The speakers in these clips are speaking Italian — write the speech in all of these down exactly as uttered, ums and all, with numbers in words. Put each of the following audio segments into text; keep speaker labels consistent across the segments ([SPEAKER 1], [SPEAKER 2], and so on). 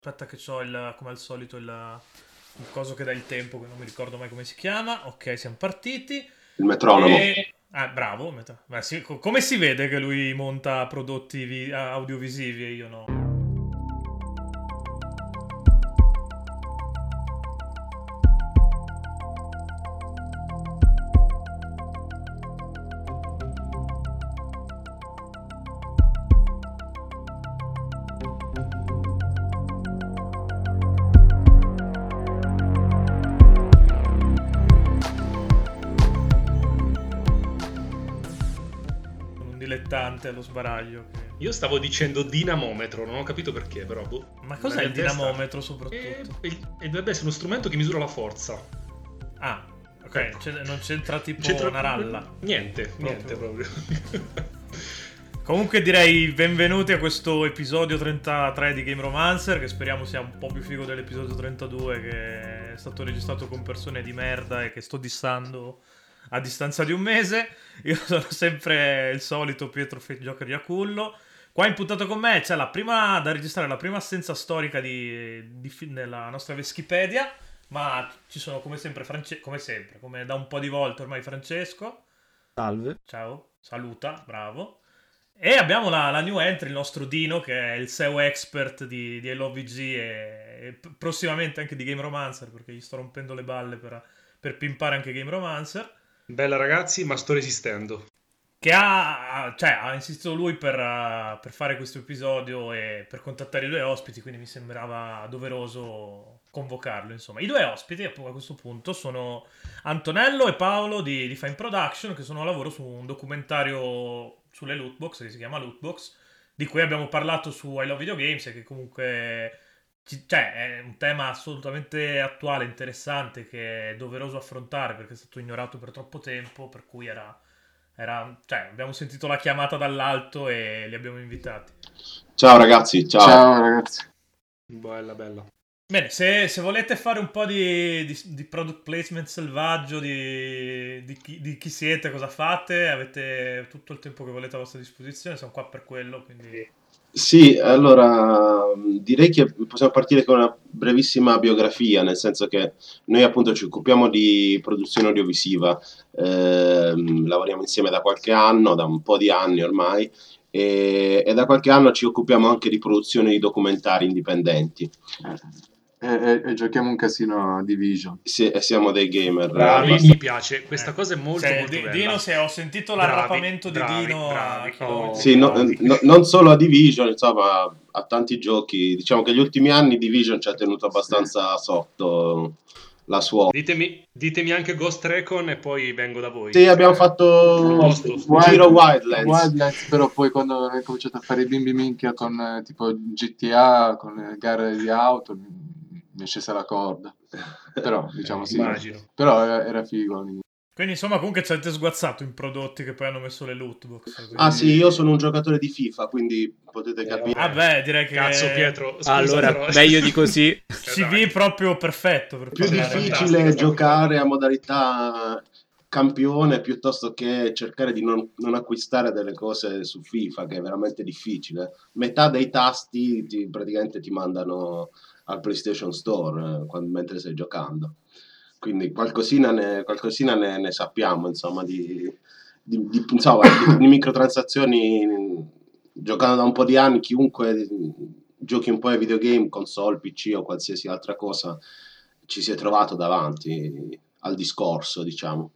[SPEAKER 1] Aspetta che c'ho il, come al solito il, il coso che dà il tempo, che non mi ricordo mai come si chiama. Ok, siamo partiti.
[SPEAKER 2] Il metronomo.
[SPEAKER 1] E... Ah, bravo. Beh, sì, come si vede che lui monta prodotti vi- audiovisivi e io no? Dilettante allo sbaraglio che...
[SPEAKER 3] Io stavo dicendo dinamometro, non ho capito perché, però boh.
[SPEAKER 1] Ma cos'è il dinamometro testa... soprattutto?
[SPEAKER 3] E, e dovrebbe essere uno strumento che misura la forza.
[SPEAKER 1] Ah, ok, ecco. Non c'entra tipo
[SPEAKER 3] c'entra
[SPEAKER 1] una ralla.
[SPEAKER 3] Niente, proprio. niente proprio.
[SPEAKER 1] Comunque direi benvenuti a questo episodio trentatré di Game Romancer, che speriamo sia un po' più figo dell'episodio trentadue, che è stato registrato con persone di merda e che sto dissando a distanza di un mese. Io sono sempre il solito Pietro Fate Joker Iacullo. Qua imputato con me c'è la prima da registrare, la prima assenza storica di, di nella nostra Wikipedia, ma ci sono come sempre, France- come sempre, come da un po' di volte ormai Francesco.
[SPEAKER 4] Salve.
[SPEAKER 1] Ciao, saluta, bravo. E abbiamo la, la new entry, il nostro Dino, che è il S E O expert di, di L O V G e, e prossimamente anche di Game Romancer, perché gli sto rompendo le balle per, per pimpare anche Game Romancer.
[SPEAKER 3] Bella ragazzi, ma sto resistendo.
[SPEAKER 1] Che ha, cioè, ha insistito lui per, uh, per fare questo episodio e per contattare i due ospiti, quindi mi sembrava doveroso convocarlo, insomma. I due ospiti a questo punto sono Antonello e Paolo di, di Fine Production, che sono a lavoro su un documentario sulle lootbox, che si chiama Lootbox, di cui abbiamo parlato su I Love Video Games e che comunque... Cioè, è un tema assolutamente attuale, interessante, che è doveroso affrontare perché è stato ignorato per troppo tempo, per cui era, era cioè, abbiamo sentito la chiamata dall'alto e li abbiamo invitati.
[SPEAKER 2] Ciao ragazzi, ciao.
[SPEAKER 4] Ciao ragazzi.
[SPEAKER 3] Bella, bella.
[SPEAKER 1] Bene, se, se volete fare un po' di, di, di product placement selvaggio, di, di, chi, di chi siete, cosa fate, avete tutto il tempo che volete a vostra disposizione, siamo qua per quello, quindi...
[SPEAKER 2] Sì, allora direi che possiamo partire con una brevissima biografia, nel senso che noi appunto ci occupiamo di produzione audiovisiva, eh, lavoriamo insieme da qualche anno, da un po' di anni ormai, e, e da qualche anno ci occupiamo anche di produzione di documentari indipendenti.
[SPEAKER 4] E, e, e giochiamo un casino a Division.
[SPEAKER 2] Sì, e siamo dei gamer.
[SPEAKER 3] Bravi, mi piace, questa cosa è molto,
[SPEAKER 1] se,
[SPEAKER 3] molto
[SPEAKER 1] di,
[SPEAKER 3] bella.
[SPEAKER 1] Dino, se ho sentito l'arrapamento di
[SPEAKER 3] bravi,
[SPEAKER 1] Dino
[SPEAKER 3] bravi,
[SPEAKER 1] a...
[SPEAKER 3] oh,
[SPEAKER 2] sì, no, no, non solo a Division, insomma a tanti giochi. Diciamo che gli ultimi anni Division ci ha tenuto abbastanza sì. sotto la sua.
[SPEAKER 3] Ditemi, ditemi anche Ghost Recon e poi vengo da voi.
[SPEAKER 2] Sì, abbiamo fatto
[SPEAKER 4] Wild,
[SPEAKER 2] Giro Wildlands.
[SPEAKER 4] Wildlands, però poi quando ho cominciato a fare i bimbi minchia con eh, tipo G T A, con le gare di auto, mi è scesa la corda. Però diciamo sì,
[SPEAKER 3] immagino.
[SPEAKER 4] Però era, era figo.
[SPEAKER 1] Quindi insomma comunque ci avete sguazzato in prodotti che poi hanno messo le loot box. Quindi...
[SPEAKER 2] Ah sì, io sono un giocatore di FIFA, quindi potete capire.
[SPEAKER 1] Ah beh, direi che...
[SPEAKER 3] Cazzo Pietro, scusa,
[SPEAKER 5] allora,
[SPEAKER 3] però...
[SPEAKER 5] meglio di così.
[SPEAKER 1] C V proprio perfetto. Per
[SPEAKER 2] più difficile giocare a modalità campione piuttosto che cercare di non, non acquistare delle cose su FIFA, che è veramente difficile. Metà dei tasti ti, praticamente ti mandano al PlayStation Store eh, quando, mentre stai giocando. Quindi qualcosina ne, qualcosina ne, ne sappiamo, insomma, di, di, di, insomma, di, di microtransazioni. Giocando da un po' di anni, chiunque giochi un po' ai videogame, console, P C o qualsiasi altra cosa, ci si è trovato davanti al discorso, diciamo.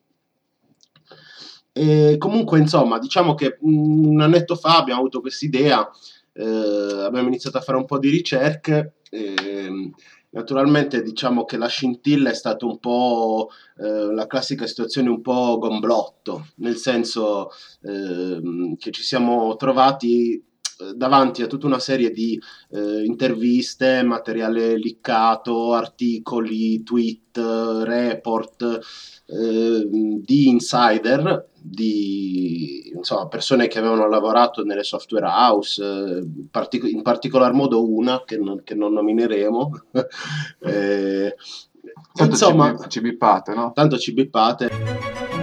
[SPEAKER 2] E comunque, insomma, diciamo che un annetto fa abbiamo avuto questa idea, eh, abbiamo iniziato a fare un po' di ricerche. Eh, Naturalmente diciamo che la scintilla è stata un po' eh, la classica situazione un po' gomblotto, nel senso eh, che ci siamo trovati davanti a tutta una serie di eh, interviste, materiale liccato, articoli, tweet, report eh, di insider, di insomma, persone che avevano lavorato nelle software house, eh, partic- in particolar modo una che non, che non nomineremo. eh,
[SPEAKER 4] tanto
[SPEAKER 2] insomma,
[SPEAKER 4] ci, ci bippate, no?
[SPEAKER 2] Tanto ci bippate.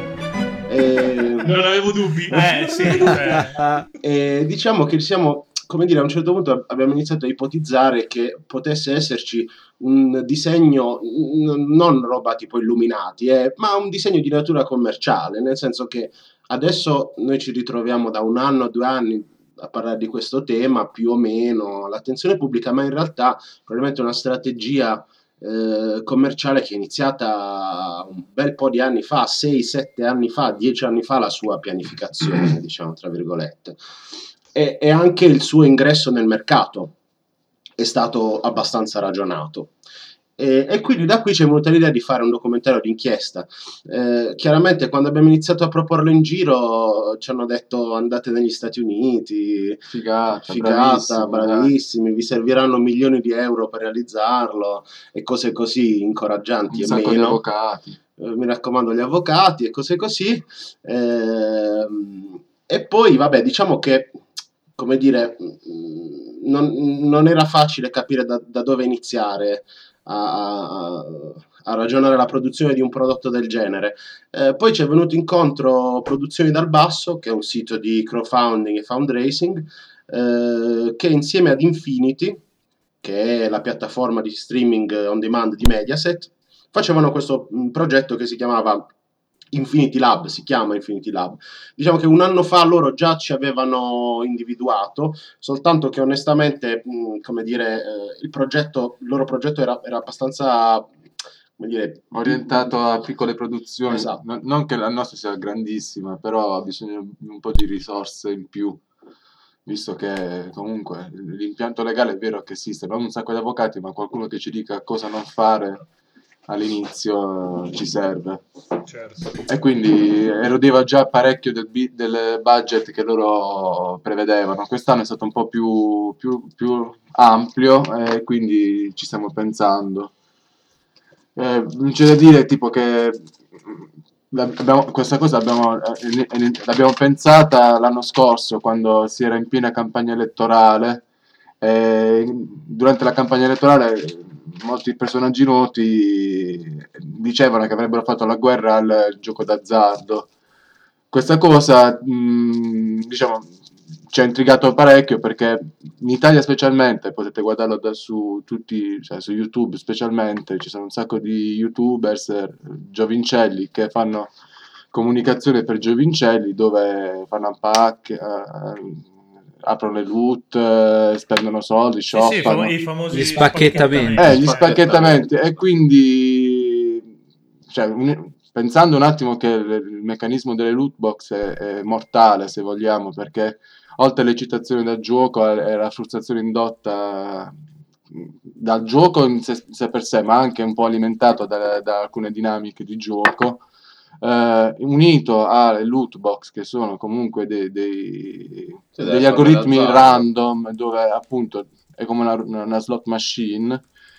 [SPEAKER 2] Eh,
[SPEAKER 3] non avevo dubbi.
[SPEAKER 1] Eh, sì,
[SPEAKER 2] eh, diciamo che siamo come dire, a un certo punto abbiamo iniziato a ipotizzare che potesse esserci un disegno, n- non roba tipo Illuminati, eh, ma un disegno di natura commerciale, nel senso che adesso noi ci ritroviamo da un anno, due anni a parlare di questo tema, più o meno l'attenzione pubblica, ma in realtà probabilmente una strategia eh, commerciale che è iniziata un bel po' di anni fa, sei sette anni fa, dieci anni fa, la sua pianificazione, diciamo tra virgolette, e, e anche il suo ingresso nel mercato è stato abbastanza ragionato. E, e quindi da qui c'è venuta l'idea di fare un documentario d'inchiesta. Eh, chiaramente quando abbiamo iniziato a proporlo in giro ci hanno detto andate negli Stati Uniti,
[SPEAKER 4] Figata,
[SPEAKER 2] figata,
[SPEAKER 4] bravissimi,
[SPEAKER 2] bravissimi, vi serviranno milioni di euro per realizzarlo e cose così incoraggianti
[SPEAKER 4] un
[SPEAKER 2] e
[SPEAKER 4] sacco di
[SPEAKER 2] meno.
[SPEAKER 4] avvocati.
[SPEAKER 2] Eh, mi raccomando gli avvocati e cose così. Ehm, e poi vabbè, diciamo che, come dire, mh, non, non era facile capire da, da dove iniziare a, a, a ragionare la produzione di un prodotto del genere. Eh, poi ci è venuto incontro Produzioni dal Basso, che è un sito di crowdfunding e fundraising, eh, che insieme ad Infinity, che è la piattaforma di streaming on demand di Mediaset, facevano questo mh, progetto che si chiamava Infinity Lab, si chiama Infinity Lab. Diciamo che un anno fa loro già ci avevano individuato, soltanto che onestamente, mh, come dire, eh, il progetto, il loro progetto era, era abbastanza, come dire,
[SPEAKER 4] Orientato a piccole produzioni.
[SPEAKER 2] Esatto.
[SPEAKER 4] No- non che la nostra sia grandissima, però ha bisogno di un po' di risorse in più, visto che comunque l'impianto legale è vero che esiste, abbiamo un sacco di avvocati, ma qualcuno che ci dica cosa non fare all'inizio ci serve.
[SPEAKER 3] Certo.
[SPEAKER 4] E quindi erodeva già parecchio del, bi- del budget che loro prevedevano. Quest'anno è stato un po' più, più, più ampio e quindi ci stiamo pensando. Eh, c'è da dire tipo che abbiamo, questa cosa abbiamo, eh, eh, l'abbiamo pensata l'anno scorso quando si era in piena campagna elettorale. Eh, durante la campagna elettorale molti personaggi noti dicevano che avrebbero fatto la guerra al gioco d'azzardo. Questa cosa, mh, diciamo, ci ha intrigato parecchio perché in Italia specialmente, potete guardarlo da su tutti, cioè su YouTube specialmente, ci sono un sacco di YouTubers eh, giovincelli che fanno comunicazione per giovincelli dove fanno unpack, eh, aprono le loot, eh, spendono soldi,
[SPEAKER 1] Sì, sì, i famo-
[SPEAKER 4] shoppano.
[SPEAKER 1] i famosi
[SPEAKER 5] Gli spacchettamenti.
[SPEAKER 4] Eh, gli spacchettamenti. E quindi, cioè, un- pensando un attimo che il, il meccanismo delle loot box è, è mortale, se vogliamo, perché oltre all'eccitazione dal gioco e la frustrazione indotta dal gioco in sé, sé per sé, ma anche un po' alimentato da, da alcune dinamiche di gioco, eh, unito alle loot box che sono comunque dei, dei,
[SPEAKER 2] Sì,
[SPEAKER 4] degli
[SPEAKER 2] delle
[SPEAKER 4] algoritmi
[SPEAKER 2] forme d'azzardo.
[SPEAKER 4] random dove appunto è come una, una slot machine,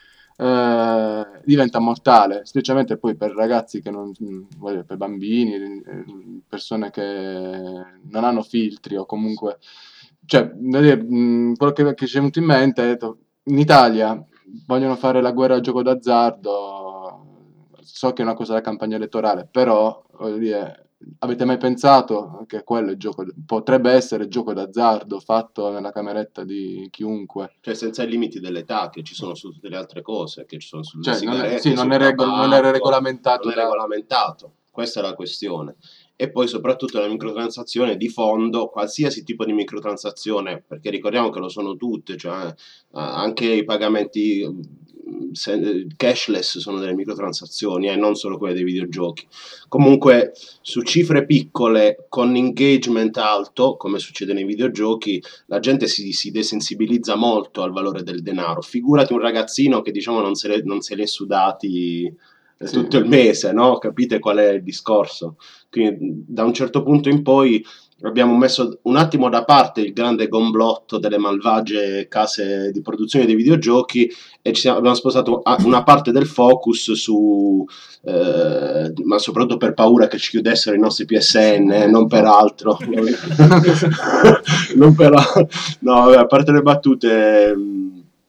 [SPEAKER 4] eh, diventa mortale, specialmente poi per ragazzi che non, voglio, per bambini, eh, persone che non hanno filtri o comunque, cioè, voglio dire, mh, quello che, che ci è venuto in mente è detto, in Italia vogliono fare la guerra al gioco d'azzardo, so che è una cosa da campagna elettorale, però voglio dire, avete mai pensato che quello è gioco, potrebbe essere gioco d'azzardo fatto nella cameretta di chiunque?
[SPEAKER 2] Cioè senza i limiti dell'età che ci sono su tutte le altre cose, che ci sono sulle
[SPEAKER 4] Cioè, non è-
[SPEAKER 2] sigarette,
[SPEAKER 4] sì, non
[SPEAKER 2] sul
[SPEAKER 4] è rego- non
[SPEAKER 2] tabacco,
[SPEAKER 4] è regolamentato
[SPEAKER 2] non è
[SPEAKER 4] da-
[SPEAKER 2] regolamentato. Questa è la questione. E poi soprattutto la microtransazione di fondo, qualsiasi tipo di microtransazione, perché ricordiamo che lo sono tutte, cioè eh, anche i pagamenti mm, se- cashless sono delle microtransazioni e non solo quelle dei videogiochi. Comunque su cifre piccole con engagement alto, come succede nei videogiochi, la gente si, si desensibilizza molto al valore del denaro. Figurati un ragazzino che diciamo non se, le, non se li è sudati eh,
[SPEAKER 4] Sì.
[SPEAKER 2] tutto il mese, no? Capite qual è il discorso? Quindi da un certo punto in poi abbiamo messo un attimo da parte il grande gomblotto delle malvagie case di produzione dei videogiochi e ci siamo, abbiamo spostato a- una parte del focus su, eh, ma soprattutto per paura che ci chiudessero i nostri P S N, eh, non per altro. non per, no, vabbè, a parte le battute, mh,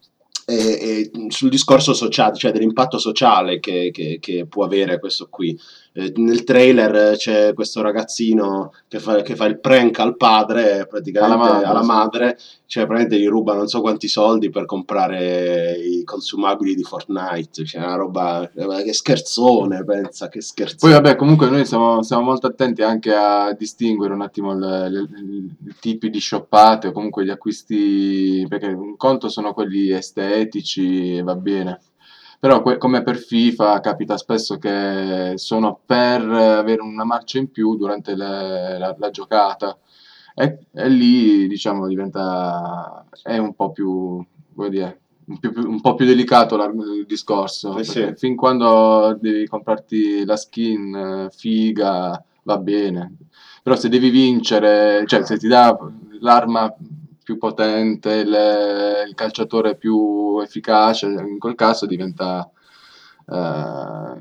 [SPEAKER 2] e, e sul discorso sociale, cioè dell'impatto sociale che, che, che può avere questo qui. Eh, nel trailer c'è questo ragazzino che fa, che fa il prank al padre, praticamente
[SPEAKER 4] Alla madre,
[SPEAKER 2] alla
[SPEAKER 4] sì.
[SPEAKER 2] madre, cioè praticamente gli ruba non so quanti soldi per comprare i consumabili di Fortnite, cioè una roba, che scherzone, pensa, che
[SPEAKER 4] Poi
[SPEAKER 2] scherzone.
[SPEAKER 4] vabbè, comunque noi siamo, siamo molto attenti anche a distinguere un attimo le- le- i tipi di shoppate o comunque gli acquisti, perché un conto sono quelli estetici, va bene, però que- come per FIFA capita spesso che sono per avere una marcia in più durante le- la, la giocata e, e lì diciamo diventa, è un po' più, vuol dire, un, più- più- un po' più delicato la- il discorso,
[SPEAKER 2] Eh
[SPEAKER 4] perché
[SPEAKER 2] sì.
[SPEAKER 4] fin quando devi comprarti la skin eh, figa va bene, però se devi vincere, cioè se ti dà l'arma più potente, il, il calciatore più efficace, in quel caso diventa eh,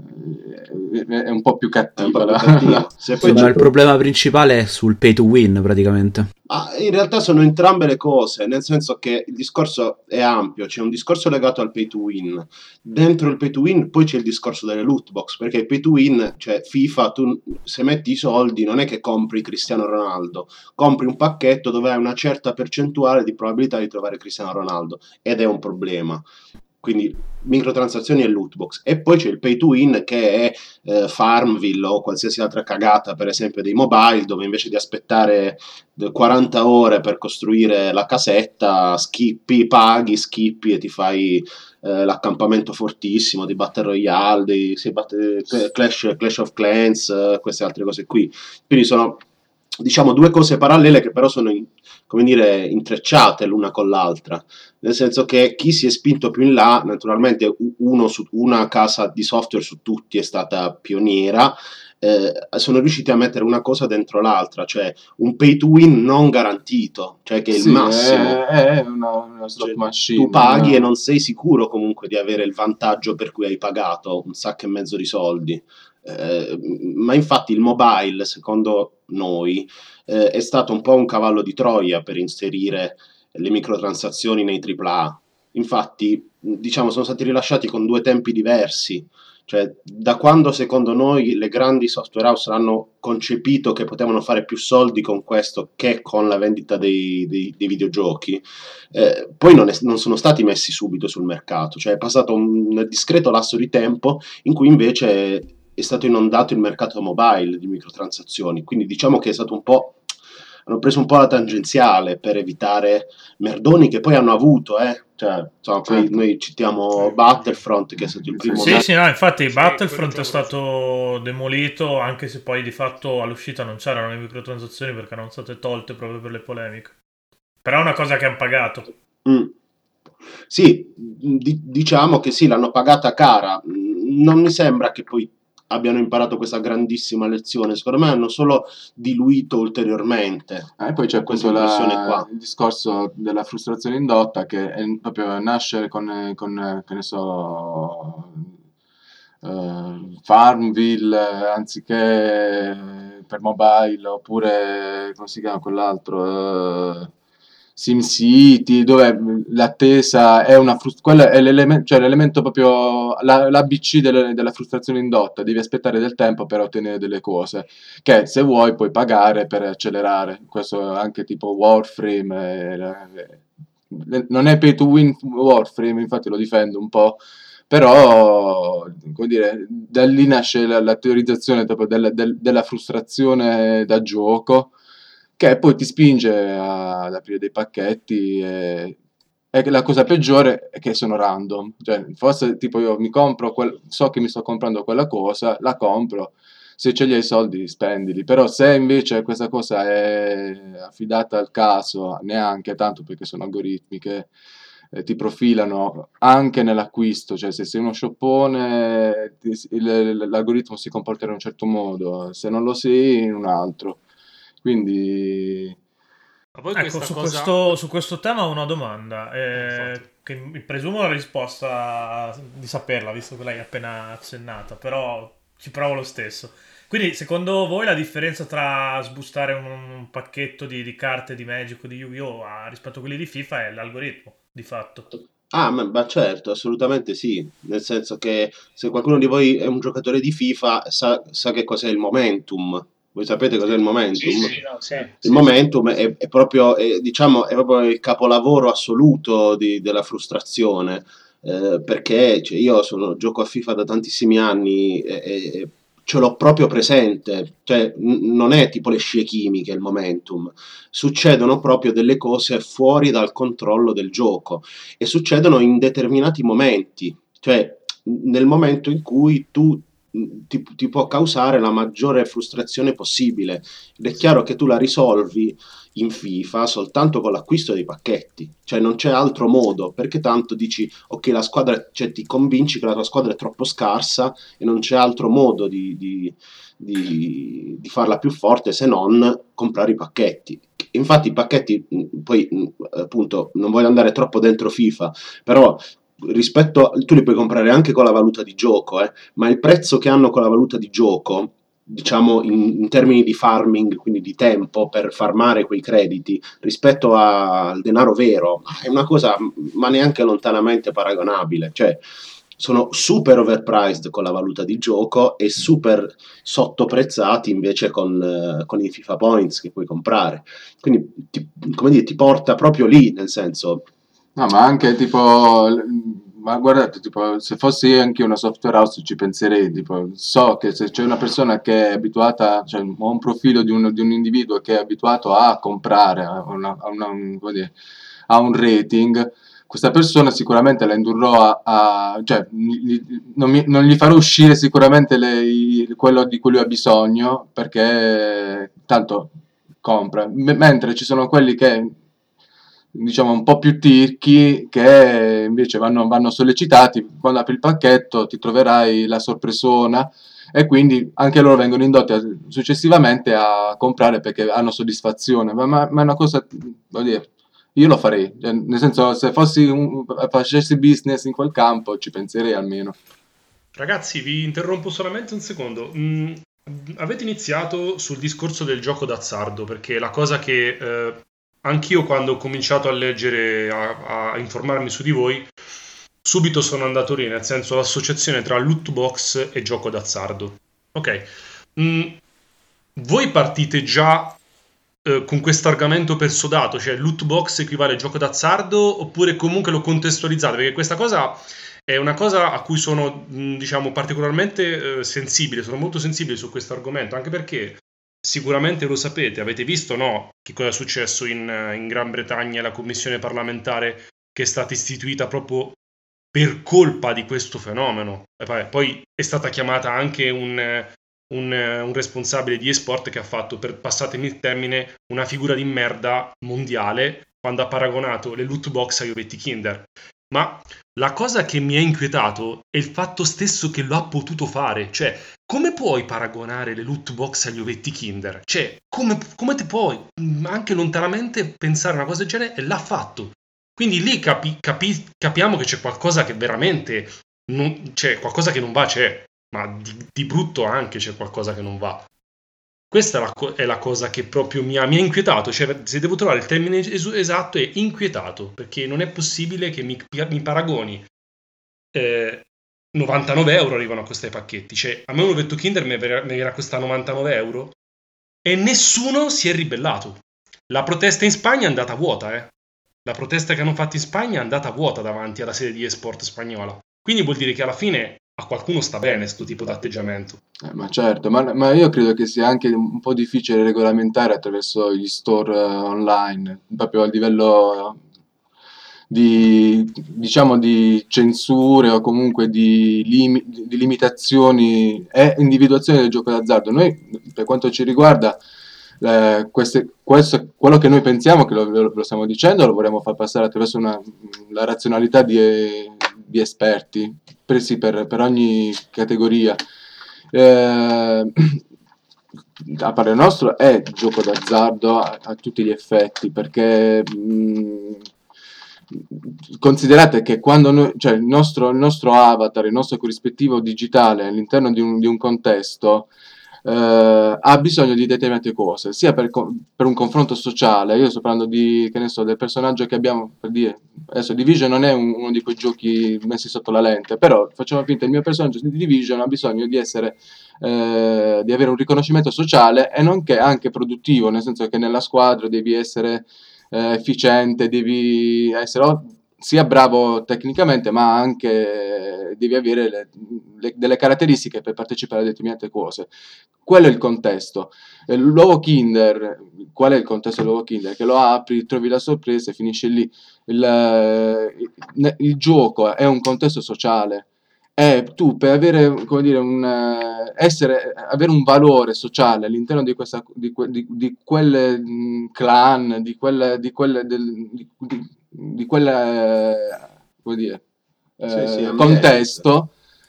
[SPEAKER 4] è un po' più
[SPEAKER 2] È un
[SPEAKER 4] cattiva
[SPEAKER 2] po' più
[SPEAKER 4] la,
[SPEAKER 2] cattivo.
[SPEAKER 4] la-
[SPEAKER 2] Se poi
[SPEAKER 5] Insomma,
[SPEAKER 2] c'è-
[SPEAKER 5] il problema principale è sul pay to win, praticamente.
[SPEAKER 2] Ah, in realtà sono entrambe le cose, nel senso che il discorso è ampio, c'è un discorso legato al pay to win. Dentro il pay to win poi c'è il discorso delle loot box, perché il pay to win, cioè FIFA, tu se metti i soldi non è che compri Cristiano Ronaldo, compri un pacchetto dove hai una certa percentuale di probabilità di trovare Cristiano Ronaldo ed è un problema. Quindi microtransazioni e loot box. E poi c'è il pay to win che è eh, Farmville o qualsiasi altra cagata, per esempio dei mobile, dove invece di aspettare quaranta ore per costruire la casetta, skippi, paghi, skippi e ti fai eh, l'accampamento fortissimo di Battle Royale, di sì, Battle- Clash, Clash of Clans, eh, queste altre cose qui. Quindi sono, diciamo, due cose parallele che però sono, in- come dire, intrecciate l'una con l'altra. Nel senso che chi si è spinto più in là, naturalmente u- uno su, una casa di software su tutti è stata pioniera, eh, sono riusciti a mettere una cosa dentro l'altra, cioè un pay to win non garantito, cioè che è il
[SPEAKER 4] Sì,
[SPEAKER 2] massimo.
[SPEAKER 4] è, è una, una slot
[SPEAKER 2] Cioè,
[SPEAKER 4] machine.
[SPEAKER 2] tu paghi
[SPEAKER 4] una-
[SPEAKER 2] e non sei sicuro comunque di avere il vantaggio per cui hai pagato un sacco e mezzo di soldi. Eh, ma infatti il mobile, secondo noi, eh, è stato un po' un cavallo di Troia per inserire le microtransazioni nei tripla A. Infatti, diciamo, sono stati rilasciati con due tempi diversi. Cioè, da quando secondo noi le grandi software house hanno concepito che potevano fare più soldi con questo che con la vendita dei, dei- dei videogiochi, eh, poi non, è- non sono stati messi subito sul mercato. Cioè, è passato un discreto lasso di tempo in cui invece è stato inondato il mercato mobile di microtransazioni. Quindi diciamo che è stato un po'. Hanno preso un po' la tangenziale per evitare merdoni che poi hanno avuto, eh. Cioè, insomma, poi
[SPEAKER 4] Certo.
[SPEAKER 2] noi citiamo
[SPEAKER 3] Sì.
[SPEAKER 2] Battlefront, che è stato il
[SPEAKER 4] Sì,
[SPEAKER 2] primo
[SPEAKER 1] Sì,
[SPEAKER 2] da-
[SPEAKER 1] sì, no, infatti
[SPEAKER 3] Sì,
[SPEAKER 1] Battlefront
[SPEAKER 3] quello
[SPEAKER 1] è
[SPEAKER 3] clamoroso.
[SPEAKER 1] stato demolito, anche se poi di fatto all'uscita non c'erano le microtransazioni perché erano state tolte proprio per le polemiche. Però è una cosa che hanno pagato.
[SPEAKER 2] Mm. Sì, di- diciamo che sì, l'hanno pagata cara. Mm, Non mi sembra che poi abbiano imparato questa grandissima lezione. Secondo me hanno solo diluito ulteriormente
[SPEAKER 4] Eh, E poi c'è
[SPEAKER 2] questa
[SPEAKER 4] appunto
[SPEAKER 2] impressione
[SPEAKER 4] la-
[SPEAKER 2] qua.
[SPEAKER 4] il discorso della frustrazione indotta che è proprio nasce con, con, che ne so, eh, Farmville eh, anziché per mobile oppure come si chiama quell'altro? eh, SimCity, dove l'attesa è una frust- quello è l'elemento, cioè l'elemento proprio la- l'A B C delle- della frustrazione indotta, devi aspettare del tempo per ottenere delle cose che se vuoi puoi pagare per accelerare. Questo anche tipo Warframe, eh, eh, non è pay to win Warframe, infatti lo difendo un po', però come dire, da lì nasce la, la teorizzazione proprio del- del- della frustrazione da gioco che poi ti spinge a- ad aprire dei pacchetti e, e la cosa peggiore è che sono random, cioè forse tipo io mi compro, quel- so che mi sto comprando quella cosa, la compro, se ce li hai i soldi spendili, però se invece questa cosa è affidata al caso, neanche tanto perché sono algoritmi che eh, ti profilano anche nell'acquisto, cioè se sei uno shoppone ti- il- l'algoritmo si comporterà in un certo modo, se non lo sei in un altro. Quindi
[SPEAKER 3] Ma poi
[SPEAKER 1] Ecco,
[SPEAKER 3] questa
[SPEAKER 1] su
[SPEAKER 3] cosa...
[SPEAKER 1] questo, su questo tema ho una domanda,
[SPEAKER 3] Eh,
[SPEAKER 1] eh,
[SPEAKER 3] infatti.
[SPEAKER 1] che mi presumo la risposta di saperla, visto che l'hai appena accennata, però ci provo lo stesso. Quindi, secondo voi la differenza tra sbustare un, un pacchetto di, di carte di Magic o di Yu-Gi-Oh! A- rispetto a quelli di FIFA è l'algoritmo, di fatto?
[SPEAKER 2] Ah, ma, ma certo, assolutamente sì, nel senso che se qualcuno di voi è un giocatore di FIFA sa, sa che cos'è il momentum. Voi sapete cos'è il
[SPEAKER 3] Sì,
[SPEAKER 2] momentum?
[SPEAKER 3] sì, no, sì,
[SPEAKER 2] Il
[SPEAKER 3] sì, sì.
[SPEAKER 2] momentum è, è proprio, è, diciamo, è proprio il capolavoro assoluto di- della frustrazione, eh, perché cioè, io sono, gioco a FIFA da tantissimi anni e, e- ce l'ho proprio presente, cioè n- non è tipo le scie chimiche il momentum, succedono proprio delle cose fuori dal controllo del gioco e succedono in determinati momenti, cioè nel momento in cui tu ti, ti può causare la maggiore frustrazione possibile. Ed è chiaro che tu la risolvi in FIFA soltanto con l'acquisto dei pacchetti, cioè non c'è altro modo, perché tanto dici ok la squadra, cioè ti convinci che la tua squadra è troppo scarsa e non c'è altro modo di, di, di, di farla più forte se non comprare i pacchetti. Infatti i pacchetti, poi appunto non voglio andare troppo dentro FIFA, però rispetto a, tu li puoi comprare anche con la valuta di gioco, eh, ma il prezzo che hanno con la valuta di gioco, diciamo in, in termini di farming, quindi di tempo per farmare quei crediti, rispetto a- al denaro vero, è una cosa ma neanche lontanamente paragonabile, cioè sono super overpriced con la valuta di gioco e super sottoprezzati invece con, eh, con i FIFA Points che puoi comprare. Quindi ti, come dire, ti porta proprio lì, nel senso.
[SPEAKER 4] No, ma anche tipo, l- ma guardate, tipo, se fossi anche una software house ci penserei, tipo, so che se c'è una persona che è abituata, cioè ho un profilo di un, di un individuo che è abituato a comprare, a, una- a una- un, come dire, a un rating, questa persona sicuramente la indurrò a, a- cioè, gli- non, mi- non gli farò uscire sicuramente le- i- quello di cui lui ha bisogno, perché tanto compra, M- mentre ci sono quelli che diciamo un po' più tirchi che invece vanno, vanno sollecitati. Quando apri il pacchetto ti troverai la sorpresona e quindi anche loro vengono indotti a- successivamente a comprare perché hanno soddisfazione, ma, ma- ma è una cosa, voglio dire, io lo farei. Cioè, nel senso, se fossi un, facessi business in quel campo ci penserei almeno.
[SPEAKER 3] Ragazzi, vi interrompo solamente un secondo. Mm, avete iniziato sul discorso del gioco d'azzardo, perché la cosa che eh, anch'io quando ho cominciato a leggere, a, a informarmi su di voi, subito sono andato lì, nel senso l'associazione tra loot box e gioco d'azzardo. Ok. Mm, voi partite già eh, con questo argomento per sodato, cioè loot box equivale a gioco d'azzardo, oppure comunque lo contestualizzate? Perché questa cosa è una cosa a cui sono, mh, diciamo, particolarmente eh, sensibile, sono molto sensibile su questo argomento, anche perché sicuramente lo sapete, avete visto, no, che cosa è successo in, eh, in Gran Bretagna, la commissione parlamentare che è stata istituita proprio per colpa di questo fenomeno. E vabbè, poi è stata chiamata anche un, eh, un, eh, un responsabile di esport che ha fatto, per passatemi il termine, una figura di merda mondiale quando ha paragonato le loot box agli ovetti Kinder. Ma la cosa che mi ha inquietato è il fatto stesso che lo ha potuto fare. Cioè, come puoi paragonare le loot box agli ovetti Kinder? Cioè, come, come ti puoi mh, anche lontanamente pensare a una cosa del genere? E l'ha fatto. Quindi lì capi- capi- capiamo che c'è qualcosa che veramente non, c'è qualcosa che non va, c'è, ma di, di brutto anche c'è qualcosa che non va. Questa è la, co- è la cosa che proprio mi ha, mi ha inquietato, cioè se devo trovare il termine es- esatto è inquietato, perché non è possibile che mi, mi paragoni eh, novantanove euro arrivano a costare i pacchetti, cioè a me un ovetto Kinder mi verrà, mi verrà a costare novantanove euro e nessuno si è ribellato. La protesta in Spagna è andata vuota, eh. La protesta che hanno fatto in Spagna è andata vuota davanti alla sede di esport spagnola. Quindi vuol dire che alla fine a qualcuno sta bene questo tipo di atteggiamento.
[SPEAKER 4] Eh, ma certo, ma, ma io credo che sia anche un po' difficile regolamentare attraverso gli store eh, online, proprio a livello eh, di, diciamo, di censure o comunque di, limi- di limitazioni e individuazione del gioco d'azzardo. Noi, per quanto ci riguarda, eh, queste- questo, quello che noi pensiamo, che lo, lo- lo stiamo dicendo, lo vorremmo far passare attraverso una, la razionalità di, di esperti presi per, per ogni categoria. Eh, a parere nostro è gioco d'azzardo a, a tutti gli effetti, perché mh, considerate che quando noi, cioè il nostro, il nostro avatar, il nostro corrispettivo digitale all'interno di un, di un contesto eh, ha bisogno di determinate cose, sia per, co- per un confronto sociale. Io sto parlando di, che ne so, del personaggio che abbiamo, per dire, adesso Division non è un- uno di quei giochi messi sotto la lente, però facciamo finta, il mio personaggio di Division ha bisogno di essere, eh, di avere un riconoscimento sociale e nonché anche produttivo, nel senso che nella squadra devi essere eh, efficiente, devi essere o- sia bravo tecnicamente, ma anche devi avere le- le- delle caratteristiche per partecipare a determinate cose. Quello è il contesto. Eh, L'uovo Kinder, qual è il contesto dell'uovo Kinder? Che lo apri, trovi la sorpresa e finisce lì. Il, eh, il- il gioco è un contesto sociale. E tu per avere, come dire, un, eh, essere, avere un valore sociale all'interno di, questa, di, que- di, di quel mh, clan, di quel, di quel, del, di, di, di quel eh, come dire,
[SPEAKER 2] Sì, sì,
[SPEAKER 4] eh,
[SPEAKER 2] ambiente.
[SPEAKER 4] contesto,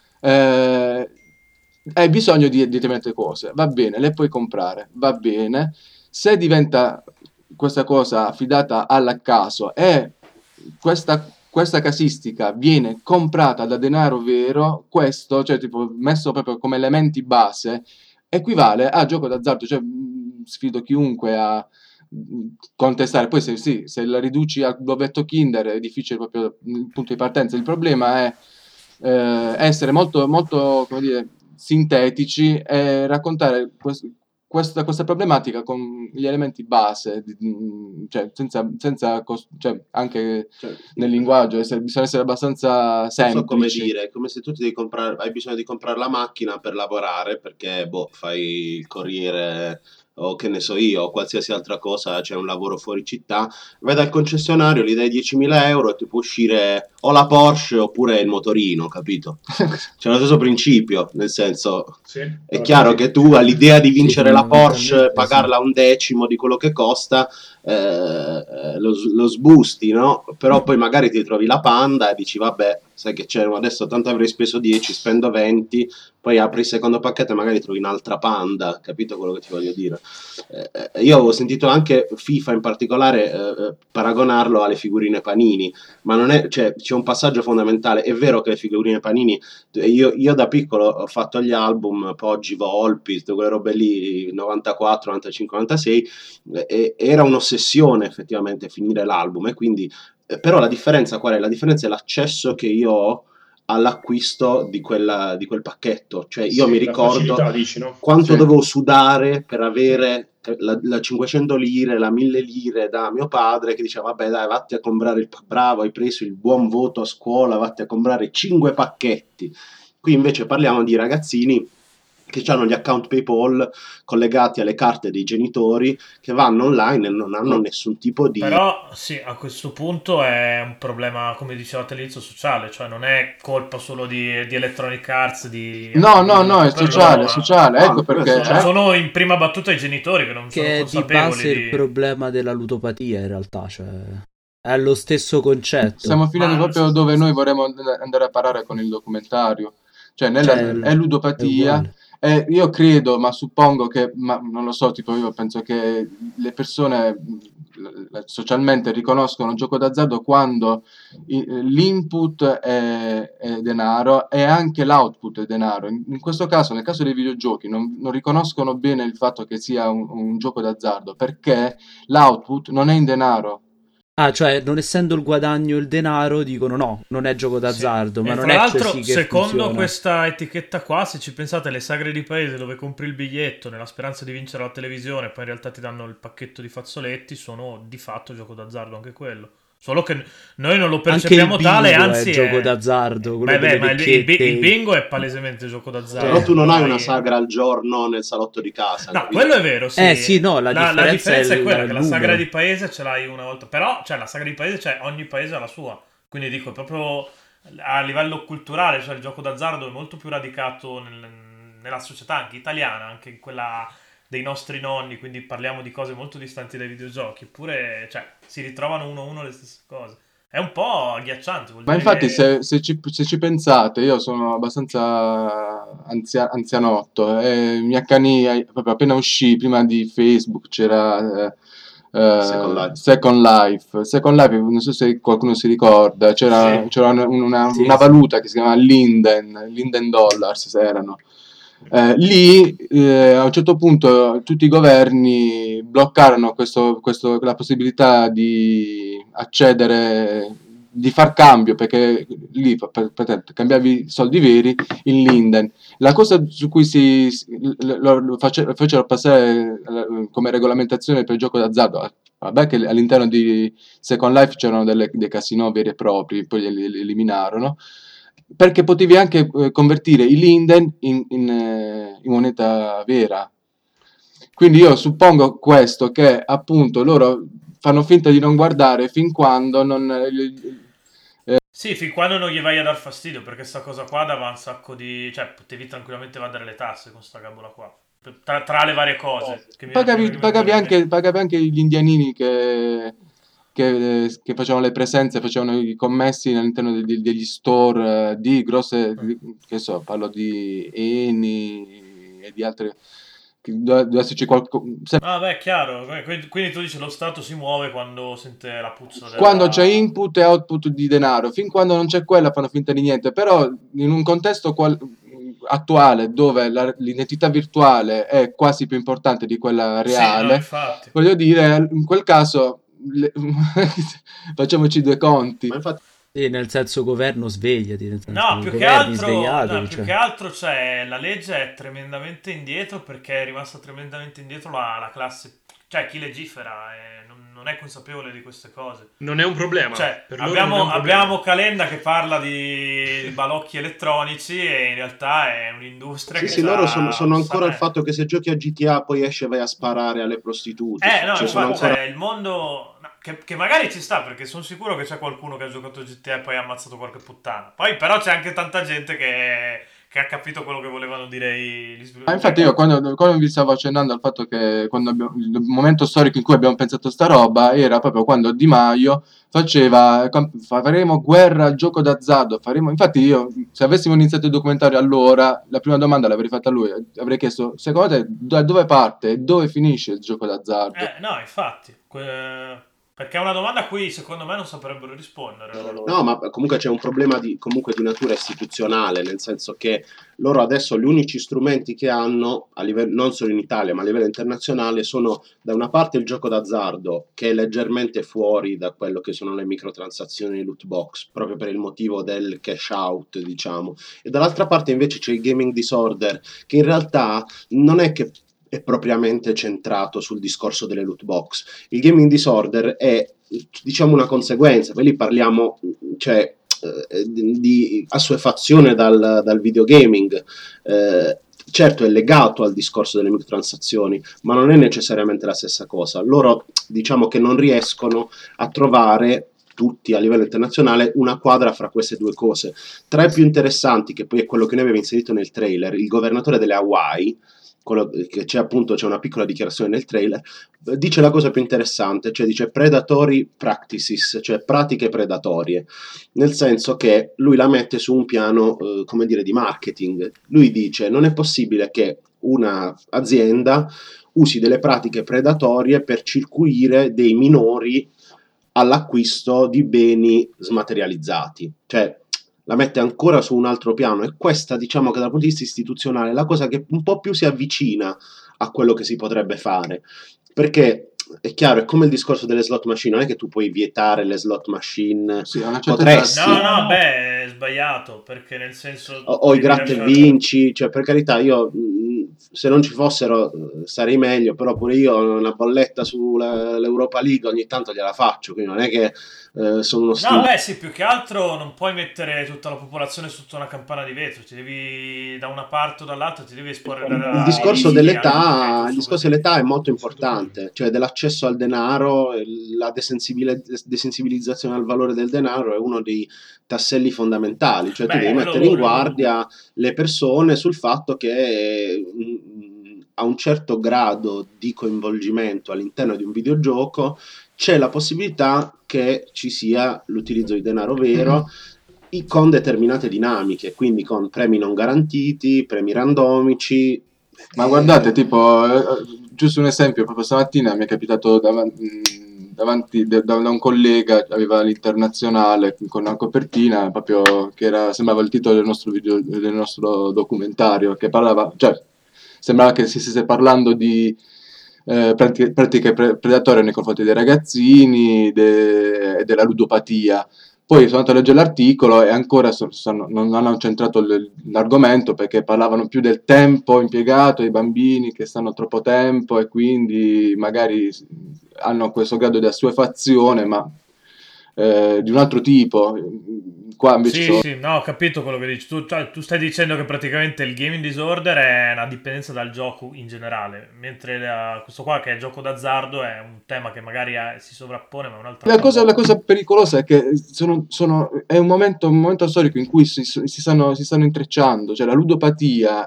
[SPEAKER 4] eh, hai bisogno di determinate cose, va bene, le puoi comprare, va bene. Se diventa questa cosa affidata al caso e questa, questa casistica viene comprata da denaro vero, questo, cioè tipo messo proprio come elementi base, equivale a gioco d'azzardo. Cioè, mh, sfido chiunque a mh, contestare. Poi se, sì, se la riduci al glovetto Kinder è difficile proprio il punto di partenza. Il problema è eh, essere molto, molto, come dire, sintetici e raccontare quest- questa, questa problematica con gli elementi base, di- mh, cioè senza, senza cos- cioè anche
[SPEAKER 2] Cioè,
[SPEAKER 4] nel linguaggio essere- bisogna essere abbastanza
[SPEAKER 2] non so come
[SPEAKER 4] semplici.
[SPEAKER 2] dire, è come se tu ti devi comprare, hai bisogno di comprare la macchina per lavorare perché boh, fai il corriere o che ne so io, o qualsiasi altra cosa, c'è un lavoro fuori città, vai dal concessionario, gli dai diecimila euro e ti può uscire o la Porsche oppure il motorino, capito? C'è lo stesso principio, nel senso,
[SPEAKER 3] Sì,
[SPEAKER 2] è
[SPEAKER 3] alla
[SPEAKER 2] chiaro
[SPEAKER 3] fine sì.
[SPEAKER 2] che tu all'idea di
[SPEAKER 5] Sì,
[SPEAKER 2] vincere la Porsche,
[SPEAKER 5] fondamentalmente sì.
[SPEAKER 2] pagarla un decimo di quello che costa, eh, lo, lo sbusti, no? Però poi magari ti trovi la Panda e dici vabbè, sai che c'è, adesso tanto avrei speso dieci, spendo venti, poi apri il secondo pacchetto e magari trovi un'altra Panda, capito quello che ti voglio dire? Eh, eh, io ho sentito anche FIFA in particolare eh, paragonarlo alle figurine Panini, ma non è, cioè, c'è un passaggio fondamentale. È vero che le figurine Panini, io, io da piccolo ho fatto gli album Poggi, Volpi, tutte quelle robe lì, novantaquattro, novantacinque, novantasei, e, era un'ossessione effettivamente finire l'album, e quindi, eh, però la differenza qual è? La differenza è l'accesso che io ho all'acquisto di, quella, di quel pacchetto, cioè io
[SPEAKER 3] Sì,
[SPEAKER 2] mi
[SPEAKER 3] la
[SPEAKER 2] ricordo
[SPEAKER 3] facilità, dici, no?
[SPEAKER 2] quanto
[SPEAKER 4] Sì.
[SPEAKER 2] dovevo sudare per avere la, la cinquecento lire, la mille lire da mio padre che diceva vabbè dai vatti a comprare il bravo, hai preso il buon voto a scuola, vatti a comprare cinque pacchetti. Qui invece parliamo di ragazzini che hanno gli account PayPal collegati alle carte dei genitori, che vanno online e non hanno nessun tipo di...
[SPEAKER 1] Però sì, a questo punto è un problema, come dicevate all'inizio, sociale, cioè non è colpa solo di, di Electronic Arts, di
[SPEAKER 4] No, no,
[SPEAKER 1] Activision,
[SPEAKER 4] no, è
[SPEAKER 1] per
[SPEAKER 4] sociale,
[SPEAKER 1] loro,
[SPEAKER 4] è
[SPEAKER 1] ma-
[SPEAKER 4] sociale,
[SPEAKER 2] No,
[SPEAKER 4] ecco
[SPEAKER 2] quello è
[SPEAKER 4] perché...
[SPEAKER 1] cioè,
[SPEAKER 2] sociale.
[SPEAKER 4] eh,
[SPEAKER 1] sono in prima battuta i genitori che non sono
[SPEAKER 5] Che è di
[SPEAKER 1] consapevoli
[SPEAKER 5] base il
[SPEAKER 1] di...
[SPEAKER 5] problema della ludopatia in realtà, cioè è lo stesso concetto.
[SPEAKER 4] Stiamo finendo
[SPEAKER 1] Ma-
[SPEAKER 4] proprio dove noi vorremmo and- andare a parare con il documentario, cioè nella,
[SPEAKER 5] Cioè,
[SPEAKER 4] è
[SPEAKER 5] è
[SPEAKER 4] ludopatia,
[SPEAKER 5] uguale.
[SPEAKER 4] e io credo, ma suppongo che, ma non lo so, tipo io penso che le persone mh, socialmente riconoscono il gioco d'azzardo quando i- l'input è, è denaro e anche l'output è denaro. In, in questo caso, nel caso dei videogiochi, non, non riconoscono bene il fatto che sia un, un gioco d'azzardo perché l'output non è in denaro.
[SPEAKER 5] Ah, cioè, non essendo il guadagno il denaro, dicono no, non è gioco
[SPEAKER 1] Sì.
[SPEAKER 5] d'azzardo, ma
[SPEAKER 1] E
[SPEAKER 5] non
[SPEAKER 1] tra
[SPEAKER 5] è
[SPEAKER 1] l'altro,
[SPEAKER 5] così che
[SPEAKER 1] secondo
[SPEAKER 5] funziona.
[SPEAKER 1] questa etichetta qua, se ci pensate, le sagre di paese dove compri il biglietto nella speranza di vincere la televisione, poi in realtà ti danno il pacchetto di fazzoletti, sono di fatto gioco d'azzardo anche quello. Solo che noi non lo
[SPEAKER 5] Anche il
[SPEAKER 1] percepiamo tale,
[SPEAKER 5] bingo
[SPEAKER 1] anzi
[SPEAKER 5] è gioco
[SPEAKER 1] è...
[SPEAKER 5] d'azzardo, quello
[SPEAKER 1] Beh,
[SPEAKER 5] delle
[SPEAKER 1] beh, ma il, il,
[SPEAKER 5] vecchiette.
[SPEAKER 1] il bingo è palesemente gioco
[SPEAKER 2] Però
[SPEAKER 1] d'azzardo.
[SPEAKER 2] tu non hai una
[SPEAKER 1] Vai-
[SPEAKER 2] sagra al giorno nel salotto di casa,
[SPEAKER 1] No,
[SPEAKER 2] capito?
[SPEAKER 1] quello è vero, sì.
[SPEAKER 5] Eh, sì, no, la
[SPEAKER 1] la, la
[SPEAKER 5] differenza
[SPEAKER 1] differenza
[SPEAKER 5] è
[SPEAKER 1] è,
[SPEAKER 5] il
[SPEAKER 1] quella che la sagra
[SPEAKER 5] numero.
[SPEAKER 1] di paese ce l'hai una volta. Però, cioè, la sagra di paese, cioè, ogni paese ha la sua. Quindi dico, proprio a livello culturale, cioè il gioco d'azzardo è molto più radicato nel- nella società anche italiana, anche in quella dei nostri nonni, quindi parliamo di cose molto distanti dai videogiochi. Eppure, cioè, si ritrovano uno a uno le stesse cose. È un po' agghiacciante, vuol
[SPEAKER 4] Ma
[SPEAKER 1] dire
[SPEAKER 4] infatti
[SPEAKER 1] che...
[SPEAKER 4] se, se ci, se ci pensate, io sono abbastanza anzia- anzianotto e mi accanii ai- proprio appena uscì, prima di Facebook c'era eh, eh,
[SPEAKER 2] Second Life.
[SPEAKER 4] Second Life. Second Life, non so se qualcuno si ricorda, c'era,
[SPEAKER 1] Sì.
[SPEAKER 4] c'era una, una-
[SPEAKER 5] Sì,
[SPEAKER 4] una
[SPEAKER 5] sì.
[SPEAKER 4] valuta che si chiama Linden, Linden Dollars erano. Eh, lì eh, a un certo punto tutti i governi bloccarono questo, questo, la possibilità di accedere, di far cambio, perché lì per, per, cambiavi soldi veri in Linden. La cosa su cui si lo, lo face, fecero passare come regolamentazione per il gioco d'azzardo, vabbè che all'interno di Second Life c'erano delle, dei casinò veri e propri, poi li, li eliminarono, perché potevi anche eh, convertire i Linden in, in, eh, in moneta vera. Quindi io suppongo questo, che appunto loro fanno finta di non guardare fin quando non...
[SPEAKER 1] Eh... Sì, fin quando non gli vai a dar fastidio, perché sta cosa qua dava un sacco di... Cioè, potevi tranquillamente evadere le tasse con sta gabola qua. Tra, tra le varie cose. Che
[SPEAKER 4] pagavi, mi, pagavi, che anche, pagavi anche gli indianini che... Che, che facevano le presenze, facevano i commessi all'interno degli, degli store di grosse, di, che so, parlo di Eni e di altre, deve esserci qualcosa.
[SPEAKER 1] Ah beh, chiaro, quindi tu dici lo Stato si muove quando sente la puzza della...
[SPEAKER 4] Quando c'è input e output di denaro, fin quando non c'è quella fanno finta di niente, però in un contesto qual- attuale dove la, l'identità virtuale è quasi più importante di quella reale,
[SPEAKER 1] sì, no,
[SPEAKER 4] voglio dire, in quel caso le... facciamoci due conti.
[SPEAKER 2] Ma infatti...
[SPEAKER 5] sì, nel senso governo svegliati, nel senso
[SPEAKER 1] no, più che altro, no, più
[SPEAKER 5] cioè.
[SPEAKER 1] che altro cioè, la legge è tremendamente indietro, perché è rimasta tremendamente indietro la, la classe, cioè chi legifera è, non, non è consapevole di queste cose.
[SPEAKER 3] Non è un problema,
[SPEAKER 1] cioè,
[SPEAKER 3] per
[SPEAKER 1] abbiamo,
[SPEAKER 3] loro non è un problema.
[SPEAKER 1] abbiamo Calenda che parla di, di balocchi elettronici e in realtà è un'industria
[SPEAKER 2] sì,
[SPEAKER 1] che
[SPEAKER 2] sì, loro sono, sono ancora
[SPEAKER 1] il
[SPEAKER 2] fatto che se giochi a G T A poi esce e vai a sparare alle prostitute.
[SPEAKER 1] eh no,
[SPEAKER 2] cioè,
[SPEAKER 1] infatti,
[SPEAKER 2] sono ancora...
[SPEAKER 1] cioè, il mondo no, che, che magari ci sta, perché sono sicuro che c'è qualcuno che ha giocato G T A e poi ha ammazzato qualche puttana. Poi però c'è anche tanta gente che, che ha capito quello che volevano dire gli sviluppatori.
[SPEAKER 4] Ah, infatti io quando, quando vi stavo accennando al fatto che quando abbiamo, il momento storico in cui abbiamo pensato sta roba era proprio quando Di Maio faceva faremo guerra al gioco d'azzardo, faremo... infatti io se avessimo iniziato il documentario allora la prima domanda l'avrei fatta a lui, avrei chiesto secondo te da dove parte e dove finisce il gioco d'azzardo?
[SPEAKER 1] Eh no, infatti que... perché è una domanda a cui secondo me non saprebbero rispondere.
[SPEAKER 2] No, ma comunque c'è un problema di, comunque di natura istituzionale, nel senso che loro adesso gli unici strumenti che hanno, a livello, non solo in Italia ma a livello internazionale, sono da una parte il gioco d'azzardo, che è leggermente fuori da quello che sono le microtransazioni e loot box, proprio per il motivo del cash out, diciamo, e dall'altra parte invece c'è il gaming disorder, che in realtà non è che è propriamente centrato sul discorso delle loot box. Il gaming disorder è, diciamo, una conseguenza, poi lì parliamo, cioè, eh, di assuefazione dal, dal videogaming. Eh, certo è legato al discorso delle microtransazioni, ma non è necessariamente la stessa cosa. Loro, diciamo che non riescono a trovare tutti a livello internazionale una quadra fra queste due cose. Tra i più interessanti, che poi è quello che noi abbiamo inserito nel trailer, il governatore delle Hawaii, quello che c'è appunto, c'è una piccola dichiarazione nel trailer, dice la cosa più interessante, cioè dice predatory practices, cioè pratiche predatorie, nel senso che lui la mette su un piano, eh, come dire, di marketing. Lui dice non è possibile che una azienda usi delle pratiche predatorie per circuire dei minori all'acquisto di beni smaterializzati, cioè la mette ancora su un altro piano, e questa, diciamo che dal punto di vista istituzionale è la cosa che un po' più si avvicina a quello che si potrebbe fare, perché è chiaro, è come il discorso delle slot machine, non è che tu puoi vietare le slot machine,
[SPEAKER 4] sì, una certa
[SPEAKER 2] potresti...
[SPEAKER 1] No, no, beh, è sbagliato, perché nel senso...
[SPEAKER 2] O, o i gratta e vinci, cioè per carità, io se non ci fossero sarei meglio, però pure io una bolletta sull'Europa League ogni tanto gliela faccio, quindi non è che eh, sono uno
[SPEAKER 1] stile. No, beh sì, più che altro non puoi mettere tutta la popolazione sotto una campana di vetro, ti devi da una parte o dall'altra ti devi esporre
[SPEAKER 2] il discorso dell'età il discorso dell'età è molto importante, cioè dell'accesso al denaro, la desensibilizzazione al valore del denaro è uno dei tasselli fondamentali, cioè beh, tu devi mettere in guardia le persone sul fatto che a un certo grado di coinvolgimento all'interno di un videogioco c'è la possibilità che ci sia l'utilizzo di denaro vero con determinate dinamiche, quindi con premi non garantiti, premi randomici.
[SPEAKER 4] Ma guardate, tipo, eh, giusto un esempio, proprio stamattina mi è capitato davanti, davanti da, da un collega, aveva l'Internazionale con una copertina proprio che era, sembrava il titolo del nostro video, del nostro documentario, che parlava, cioè sembrava che si stesse parlando di eh, pratiche, pratiche pre- predatorie nei confronti dei ragazzini de- e della ludopatia. Poi sono andato a leggere l'articolo e ancora so- sono- non hanno centrato l- l'argomento, perché parlavano più del tempo impiegato ai bambini che stanno troppo tempo e quindi magari s- hanno questo grado di assuefazione, ma eh, di un altro tipo. Qua invece
[SPEAKER 1] Sì,
[SPEAKER 4] sono...
[SPEAKER 1] sì, no, ho capito quello che dici. Tu, cioè, tu stai dicendo che praticamente il gaming disorder è una dipendenza dal gioco in generale, mentre la- questo qua che è gioco d'azzardo è un tema che magari ha- si sovrappone, ma è un'altra
[SPEAKER 4] La cosa, la
[SPEAKER 1] cosa.
[SPEAKER 4] cosa pericolosa è che sono, sono- è un momento, un momento storico in cui si, si stanno, si stanno intrecciando, cioè la ludopatia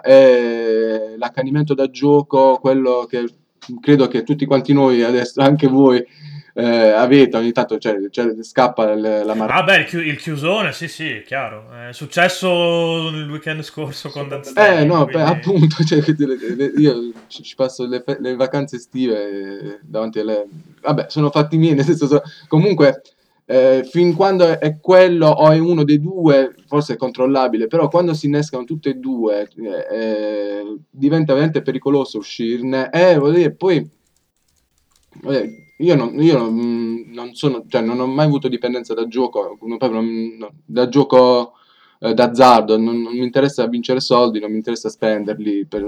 [SPEAKER 4] e l'accanimento da gioco, quello che credo che tutti quanti noi adesso, anche voi, eh, avete ogni tanto, cioè, cioè, scappa l- la
[SPEAKER 1] Ah,
[SPEAKER 4] marca.
[SPEAKER 1] beh, il, chi- il chiusone, sì, sì, chiaro. È successo il weekend scorso con Death
[SPEAKER 4] Eh
[SPEAKER 1] Stranding,
[SPEAKER 4] no, beh,
[SPEAKER 1] quindi...
[SPEAKER 4] appunto, cioè, che dire, le- io ci ci passo le, fe- le vacanze estive davanti alle... Vabbè, sono fatti miei, nel senso, so- comunque, eh, fin quando è, è quello o è uno dei due, forse è controllabile, però quando si innescano tutte e due, eh, eh, diventa veramente pericoloso uscirne. E voglio dire, poi, voglio- io, non, io non, non sono, cioè, non ho mai avuto dipendenza da gioco, come proprio non- no, da gioco eh, d'azzardo, non, non mi interessa vincere soldi, non mi interessa spenderli per,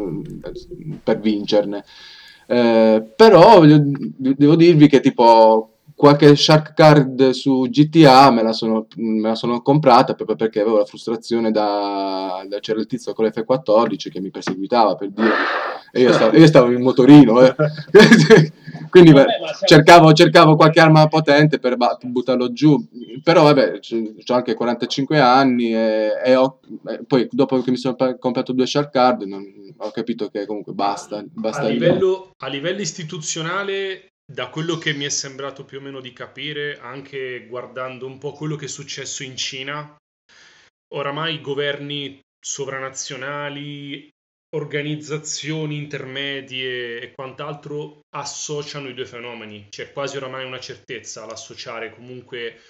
[SPEAKER 4] per vincerne. Eh, però voglio- devo dirvi che tipo qualche Shark Card su G T A me la sono, me la sono comprata proprio perché avevo la frustrazione da, da c'era il tizio con l'F quattordici che mi perseguitava, per dire, e io stavo, io stavo in motorino, eh. Quindi beh, cercavo, cercavo qualche arma potente per ba- buttarlo giù, però vabbè, ho anche quarantacinque anni e, e ho- e poi dopo che mi sono pa- comprato due Shark Card non- ho capito che comunque basta, basta
[SPEAKER 3] A
[SPEAKER 4] lì.
[SPEAKER 3] livello, a livello istituzionale, da quello che mi è sembrato più o meno di capire, anche guardando un po' quello che è successo in Cina, oramai i governi sovranazionali, organizzazioni intermedie e quant'altro associano i due fenomeni. C'è quasi oramai una certezza all'associare comunque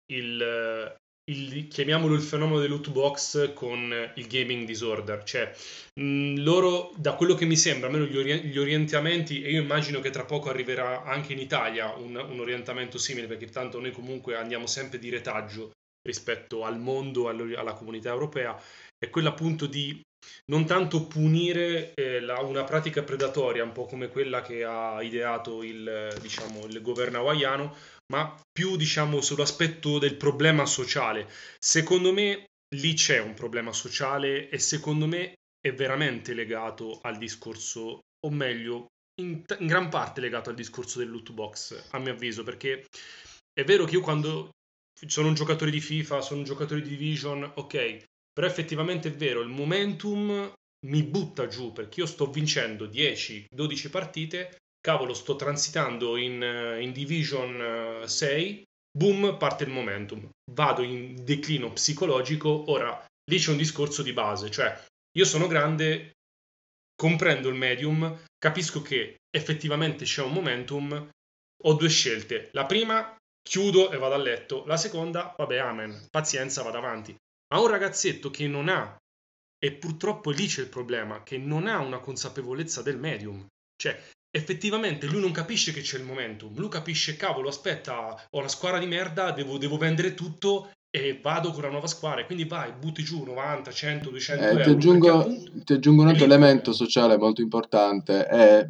[SPEAKER 3] il, il- chiamiamolo il fenomeno del loot box con il gaming disorder. Cioè, mh, loro, da quello che mi sembra, almeno gli, ori- gli orientamenti, e io immagino che tra poco arriverà anche in Italia un, un orientamento simile, perché tanto noi comunque andiamo sempre di retaggio rispetto al mondo, allo- alla comunità europea, è quella appunto di non tanto punire eh, la- una pratica predatoria, un po' come quella che ha ideato il, eh, diciamo, il governo hawaiano, ma più diciamo sull'aspetto del problema sociale. Secondo me lì c'è un problema sociale e secondo me è veramente legato al discorso, o meglio, in, in gran parte legato al discorso del loot box, a mio avviso, perché è vero che io quando sono un giocatore di FIFA, sono un giocatore di Division, ok, però effettivamente è vero, il momentum mi butta giù perché io sto vincendo dieci dodici partite, cavolo, sto transitando in, eh, in Division eh, sei, boom, parte il momentum, vado in declino psicologico. Ora lì c'è un discorso di base, cioè io sono grande, comprendo il medium, capisco che effettivamente c'è un momentum, ho due scelte. La prima, chiudo e vado a letto. La seconda, vabbè, amen, pazienza, vado avanti. Ma un ragazzetto che non ha, e purtroppo lì c'è il problema, che non ha una consapevolezza del medium. Cioè, effettivamente lui non capisce che c'è il momentum. Lui capisce, cavolo, aspetta, ho la squadra di merda, devo, devo vendere tutto e vado con la nuova squadra. E quindi vai, butti giù novanta, cento, duecento
[SPEAKER 4] Eh, ti
[SPEAKER 3] euro. Perché
[SPEAKER 4] aggiungo,
[SPEAKER 3] appunto
[SPEAKER 4] ti aggiungo un
[SPEAKER 3] è
[SPEAKER 4] altro
[SPEAKER 3] lì il
[SPEAKER 4] elemento
[SPEAKER 3] problema.
[SPEAKER 4] sociale molto importante, è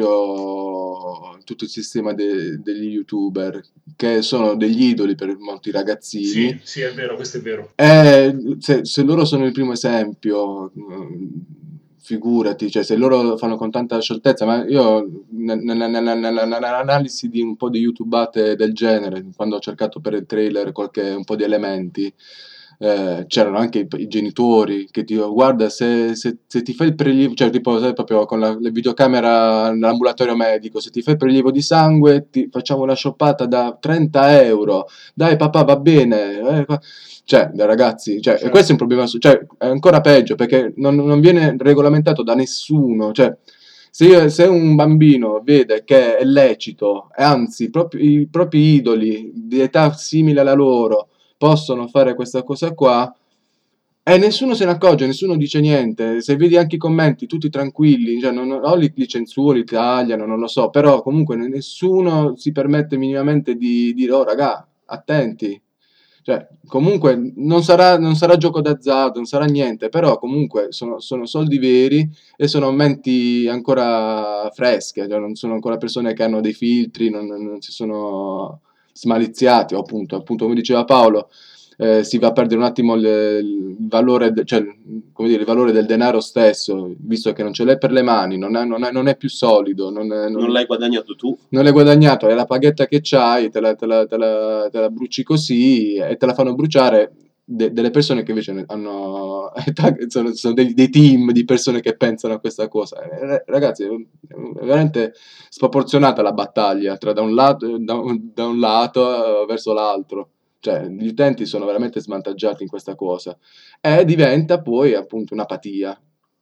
[SPEAKER 4] proprio tutto il sistema de- degli YouTuber, che sono degli idoli per molti ragazzini.
[SPEAKER 3] Sì, sì, è vero, questo è vero.
[SPEAKER 4] E se, se loro sono il primo esempio, mm, figurati, cioè se loro fanno con tanta scioltezza, ma io ne- ne- ne- ne- ne- ne- nell'analisi di un po' di YouTubate del genere, quando ho cercato per il trailer qualche un po' di elementi, eh, c'erano anche i, i genitori che ti dicono, guarda, se, se- se ti fai il prelievo, cioè tipo sai, proprio con la, le videocamera nell'ambulatorio medico, se ti fai il prelievo di sangue ti facciamo una shoppata da trenta euro, dai papà va bene, eh, qua- cioè, dai, ragazzi, cioè, e
[SPEAKER 3] Certo.
[SPEAKER 4] questo è un problema, so- cioè, è ancora peggio perché non, non viene regolamentato da nessuno, cioè, Se, io- se un bambino vede che è lecito, e anzi propri- i propri idoli di età simile alla loro possono fare questa cosa qua, e nessuno se ne accorge, nessuno dice niente. Se vedi anche i commenti, tutti tranquilli, cioè non, o li, li censuri, li tagliano, non lo so, però comunque nessuno si permette minimamente di dire, oh raga, attenti. Cioè, comunque non sarà, non sarà gioco d'azzardo, non sarà niente, però comunque sono, sono soldi veri e sono menti ancora fresche, cioè non sono ancora persone che hanno dei filtri, non, non si sono smaliziati, o appunto, appunto come diceva Paolo, eh, si va a perdere un attimo il, il valore, de- cioè, come dire, il valore del denaro stesso, visto che non ce l'hai per le mani, non è, non è- non è più solido, non, è- non-
[SPEAKER 2] Non l'hai guadagnato tu.
[SPEAKER 4] non l'hai guadagnato, è la paghetta che c'hai, te la, te la- te la- te la bruci così e te la fanno bruciare de- delle persone che invece ne- hanno sono, sono dei, dei team di persone che pensano a questa cosa. Eh, Ragazzi, è è veramente sproporzionata la battaglia tra da un lato, da un, da un lato eh, verso l'altro. Cioè, gli utenti sono veramente svantaggiati in questa cosa e diventa poi appunto un'apatia.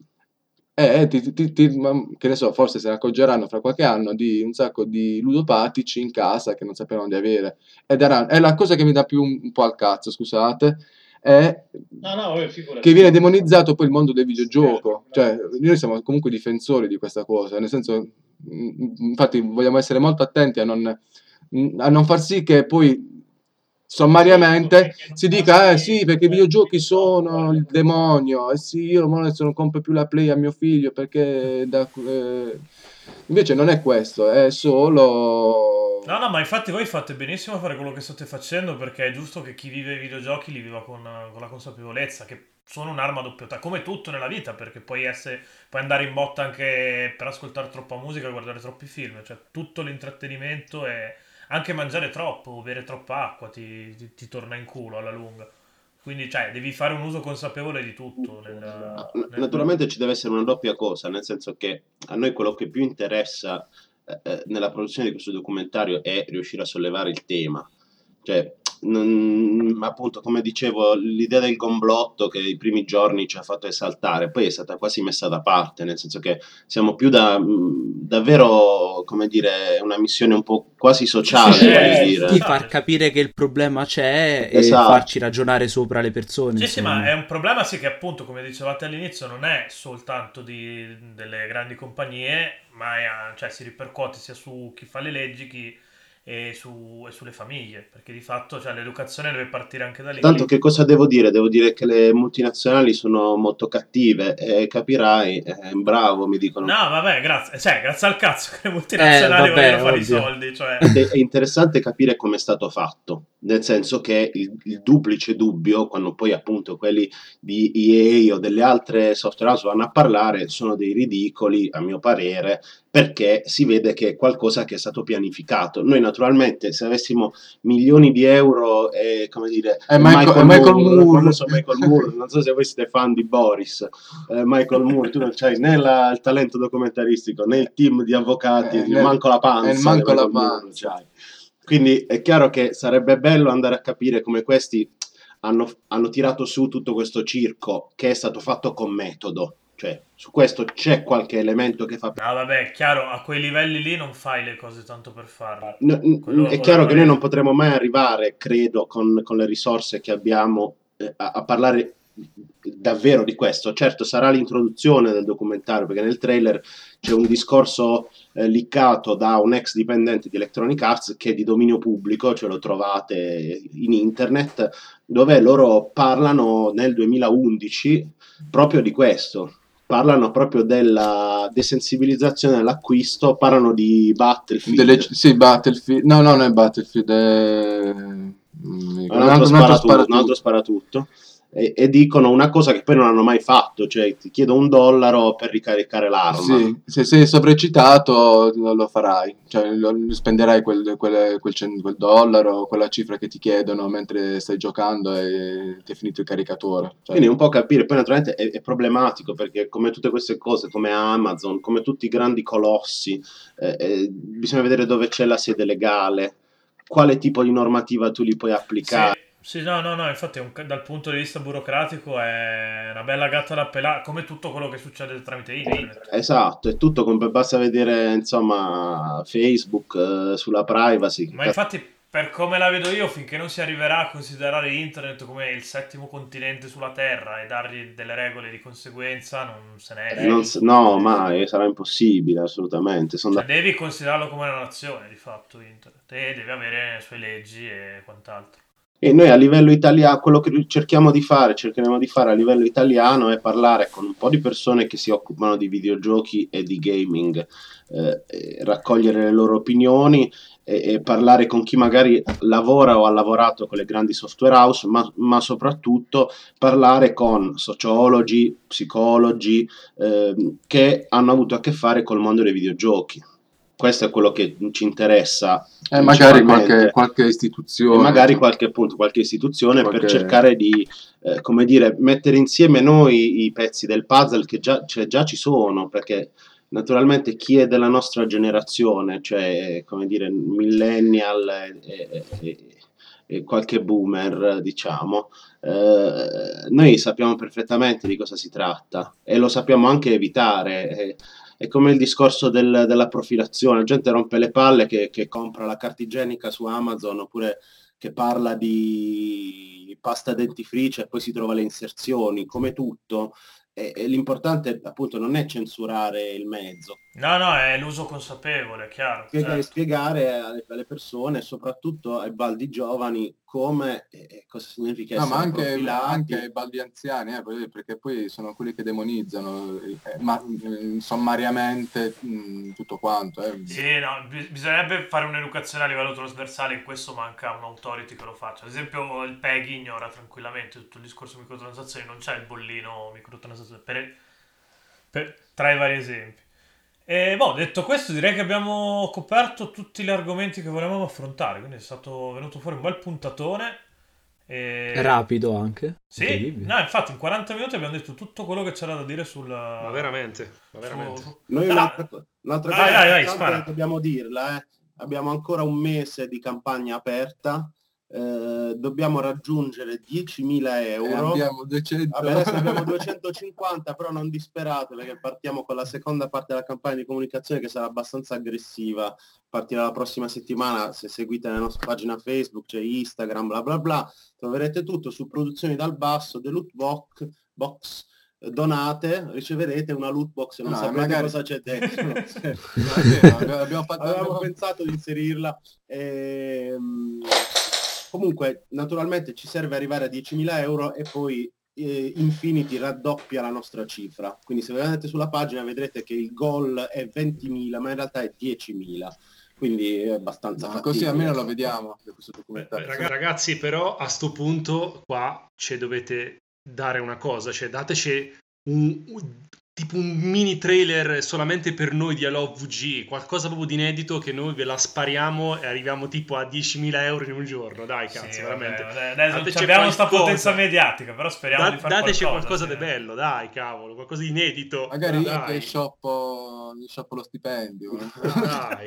[SPEAKER 4] Eh, ti, ti- ti- ma- che ne so, forse se ne accorgeranno fra qualche anno di un sacco di ludopatici in casa che non sapevano di avere. Ed era, è la cosa che mi dà più un, un po' al cazzo, scusate, è
[SPEAKER 2] No, no, eh, figurati.
[SPEAKER 4] che viene demonizzato poi il mondo del videogioco. Cioè, noi siamo comunque difensori di questa cosa, nel senso, mm, infatti vogliamo essere molto attenti a non, a non far sì che poi sommariamente si dica, eh sì, perché i videogiochi sono il demonio, eh sì, io mo adesso non compro più la Play a mio figlio perché da, eh, invece non è questo, è solo...
[SPEAKER 1] No, no, ma infatti voi fate benissimo a fare quello che state facendo, perché è giusto che chi vive i videogiochi li viva con, con la consapevolezza che sono un'arma a doppio taglio, come tutto nella vita, perché puoi, essere, puoi andare in botta anche per ascoltare troppa musica e guardare troppi film, cioè tutto l'intrattenimento e anche mangiare troppo, bere troppa acqua ti, ti- ti torna in culo alla lunga. Quindi, cioè, devi fare un uso consapevole di tutto. Nel,
[SPEAKER 2] N-
[SPEAKER 1] nel-
[SPEAKER 2] Naturalmente ci deve essere una doppia cosa, nel senso che a noi quello che più interessa eh, eh, nella produzione di questo documentario è riuscire a sollevare il tema. Cioè, non- appunto, come dicevo, l'idea del gomblotto che i primi giorni ci ha fatto esaltare, poi è stata quasi messa da parte, nel senso che siamo più da mh, davvero, come dire, una missione un po' quasi sociale,
[SPEAKER 1] Sì, sì,
[SPEAKER 2] voglio
[SPEAKER 1] eh,
[SPEAKER 2] dire.
[SPEAKER 5] Di far capire che il problema c'è e
[SPEAKER 2] Esatto.
[SPEAKER 5] farci ragionare sopra le persone.
[SPEAKER 1] Sì, sì,
[SPEAKER 5] insomma.
[SPEAKER 1] ma è un problema sì che appunto, come dicevate all'inizio, non è soltanto di, delle grandi compagnie, ma è, cioè, si ripercuote sia su chi fa le leggi chi, e, su, e sulle famiglie, perché di fatto cioè, l'educazione deve partire anche da lì.
[SPEAKER 2] Tanto che cosa devo dire? Devo dire che le multinazionali sono molto cattive e capirai, eh, bravo, mi dicono.
[SPEAKER 1] No, vabbè, grazie, cioè, grazie al cazzo che le multinazionali
[SPEAKER 5] Eh, vabbè,
[SPEAKER 1] vogliono fare i
[SPEAKER 5] ovvio.
[SPEAKER 1] soldi, cioè...
[SPEAKER 2] Ed è, è interessante capire come è stato fatto, nel senso che il, il duplice dubbio, quando poi appunto quelli di E A o delle altre software house vanno a parlare, sono dei ridicoli, a mio parere, perché si vede che è qualcosa che è stato pianificato. Noi naturalmente se avessimo milioni di euro e come dire
[SPEAKER 4] È Michael- è Michael Moore.
[SPEAKER 2] non so, Michael Moore, non so se voi siete fan di Boris, eh, Michael Moore, tu non c'hai né la- il talento documentaristico né il team di avvocati,
[SPEAKER 4] Eh, nel-
[SPEAKER 2] manco la panza,
[SPEAKER 4] eh, manco
[SPEAKER 2] che
[SPEAKER 4] la
[SPEAKER 2] Michael Moore
[SPEAKER 4] panza.
[SPEAKER 2] c'hai. Quindi è chiaro che sarebbe bello andare a capire come questi hanno, hanno tirato su tutto questo circo che è stato fatto con metodo. Cioè, su questo c'è qualche elemento che fa...
[SPEAKER 1] No, vabbè, chiaro, a quei livelli lì non fai le cose tanto per farle.
[SPEAKER 2] N- n-
[SPEAKER 1] Quello-
[SPEAKER 2] è
[SPEAKER 1] quello
[SPEAKER 2] chiaro che noi
[SPEAKER 1] palese.
[SPEAKER 2] non potremo mai arrivare, credo, con, con le risorse che abbiamo eh, a, a parlare davvero di questo. Certo, sarà l'introduzione del documentario, perché nel trailer c'è un discorso eh, liccato da un ex dipendente di Electronic Arts che è di dominio pubblico, ce lo trovate in internet, dove loro parlano nel duemilaundici proprio di questo. Parlano proprio della desensibilizzazione all'acquisto, parlano di Battlefield.
[SPEAKER 4] Delle, sì, Battlefield. No, no, non è Battlefield, è... mm,
[SPEAKER 2] un altro, sparatutto, un altro sparatutto e, e dicono una cosa che poi non hanno mai fatto, cioè ti chiedo un dollaro per ricaricare l'arma.
[SPEAKER 4] Sì, se sei sovraccitato lo, lo farai, cioè lo, spenderai quel, quel, quel, cen- quel dollaro, quella cifra che ti chiedono mentre stai giocando e ti è finito il caricatore. Cioè,
[SPEAKER 2] Quindi un po' capire, poi naturalmente è, è problematico perché come tutte queste cose, come Amazon, come tutti i grandi colossi, eh, eh, bisogna vedere dove c'è la sede legale, quale tipo di normativa tu li puoi applicare.
[SPEAKER 1] Sì, Sì, no, no, no, infatti è un ca- dal punto di vista burocratico è una bella gatta da pelare, come tutto quello che succede tramite internet.
[SPEAKER 2] Esatto, è tutto come basta vedere, insomma, Facebook eh, sulla privacy. Che
[SPEAKER 1] Ma
[SPEAKER 2] cazzo-
[SPEAKER 1] infatti, per come la vedo io, finché non si arriverà a considerare internet come il settimo continente sulla Terra e dargli delle regole di conseguenza, non se ne esce.
[SPEAKER 2] non s- no, mai, sarà impossibile, assolutamente. Sono
[SPEAKER 1] Cioè,
[SPEAKER 2] d'accordo.
[SPEAKER 1] devi considerarlo come una nazione, di fatto, internet, e devi avere le sue leggi e quant'altro.
[SPEAKER 2] E noi a livello italiano, quello che cerchiamo di fare, cercheremo di fare a livello italiano è parlare con un po' di persone che si occupano di videogiochi e di gaming, eh, e raccogliere le loro opinioni e, e parlare con chi magari lavora o ha lavorato con le grandi software house, ma, ma soprattutto parlare con sociologi, psicologi, ehm, che hanno avuto a che fare col mondo dei videogiochi. Questo è quello che ci interessa
[SPEAKER 4] E magari qualche,
[SPEAKER 2] principalmente.
[SPEAKER 4] qualche
[SPEAKER 2] E
[SPEAKER 4] istituzione,
[SPEAKER 2] magari qualche punto, qualche istituzione per
[SPEAKER 4] qualche-
[SPEAKER 2] cercare di, eh, come dire, mettere insieme noi i pezzi del puzzle che già, cioè, già ci sono, perché naturalmente chi è della nostra generazione, cioè, come dire, millennial e, e- e- e qualche boomer, diciamo, eh, noi sappiamo perfettamente di cosa si tratta e lo sappiamo anche evitare. E- è come il discorso del- della profilazione, la gente rompe le palle che, che compra la carta igienica su Amazon oppure che parla di pasta dentifricia e poi si trova le inserzioni, come tutto. E, e l'importante appunto non è censurare il mezzo,
[SPEAKER 1] No, no, è l'uso consapevole, è chiaro,
[SPEAKER 2] spiegare,
[SPEAKER 1] certo.
[SPEAKER 2] spiegare alle, alle persone, soprattutto ai baldi giovani, come e e cosa significa
[SPEAKER 4] No, ma
[SPEAKER 2] essere
[SPEAKER 4] anche,
[SPEAKER 2] profilati.
[SPEAKER 4] anche ai baldi anziani, eh, perché perché poi sono quelli che demonizzano eh, ma, eh, sommariamente mh, tutto quanto. Eh.
[SPEAKER 1] Sì, no, bi- bisognerebbe fare un'educazione a livello trasversale, in questo manca un'autority che lo faccia. Ad esempio il PEGI ignora tranquillamente tutto il discorso microtransazioni, non c'è il bollino microtransazioni, per- per- tra i vari esempi. E boh, detto questo, direi che abbiamo coperto tutti gli argomenti che volevamo affrontare, quindi è stato venuto fuori un bel puntatone. E...
[SPEAKER 5] Rapido anche,
[SPEAKER 1] Sì,
[SPEAKER 5] incredibile.
[SPEAKER 1] no, infatti in quaranta minuti abbiamo detto tutto quello che c'era da dire sul...
[SPEAKER 3] Ma veramente, ma
[SPEAKER 1] su-
[SPEAKER 3] veramente.
[SPEAKER 1] su-
[SPEAKER 2] Noi
[SPEAKER 1] Ah,
[SPEAKER 2] un'altra, co- un'altra
[SPEAKER 1] vai,
[SPEAKER 2] cosa
[SPEAKER 1] vai, vai,
[SPEAKER 2] importante
[SPEAKER 1] spara.
[SPEAKER 2] dobbiamo dirla, eh. Abbiamo ancora un mese di campagna aperta, eh, dobbiamo raggiungere diecimila
[SPEAKER 4] E
[SPEAKER 2] euro.
[SPEAKER 4] abbiamo duecento.
[SPEAKER 2] Vabbè, adesso ne abbiamo duecentocinquanta, però non disperate perché partiamo con la seconda parte della campagna di comunicazione che sarà abbastanza aggressiva. Partirà la prossima settimana, se seguite la nostra pagina Facebook, c'è Instagram, bla bla bla, troverete tutto su Produzioni dal Basso, The Loot Box, box donate, riceverete una loot box, non
[SPEAKER 4] No,
[SPEAKER 2] sapete
[SPEAKER 4] magari-
[SPEAKER 2] cosa c'è dentro.
[SPEAKER 4] No, è vero, abbiamo- abbiamo fatto-
[SPEAKER 2] Avevamo
[SPEAKER 4] abbiamo-
[SPEAKER 2] pensato di inserirla. Ehm, comunque, naturalmente ci serve arrivare a diecimila euro e poi eh, Infinity raddoppia la nostra cifra. Quindi se vedete sulla pagina vedrete che il goal è ventimila, ma in realtà è diecimila. Quindi è abbastanza
[SPEAKER 4] No,
[SPEAKER 2] fattibile.
[SPEAKER 4] così almeno lo vediamo da questo
[SPEAKER 3] Beh,
[SPEAKER 4] documentario.
[SPEAKER 3] raga- Ragazzi, però a sto punto qua ci dovete dare una cosa, cioè dateci un, un- tipo un mini trailer solamente per noi di Hello V G, qualcosa proprio di inedito che noi ve la spariamo e arriviamo tipo a diecimila euro in un giorno, dai
[SPEAKER 1] Sì,
[SPEAKER 3] cazzo,
[SPEAKER 1] vabbè,
[SPEAKER 3] veramente.
[SPEAKER 1] vabbè, adesso
[SPEAKER 3] Dateci
[SPEAKER 1] abbiamo questa
[SPEAKER 3] qualcosa.
[SPEAKER 1] potenza mediatica, però speriamo
[SPEAKER 3] Da-
[SPEAKER 1] di fare
[SPEAKER 3] dateci
[SPEAKER 1] qualcosa.
[SPEAKER 3] qualcosa
[SPEAKER 1] sì.
[SPEAKER 3] di bello, dai cavolo, qualcosa di inedito.
[SPEAKER 4] Magari io
[SPEAKER 3] dai,
[SPEAKER 4] che shoppo, gli shoppo lo stipendio.
[SPEAKER 3] dai.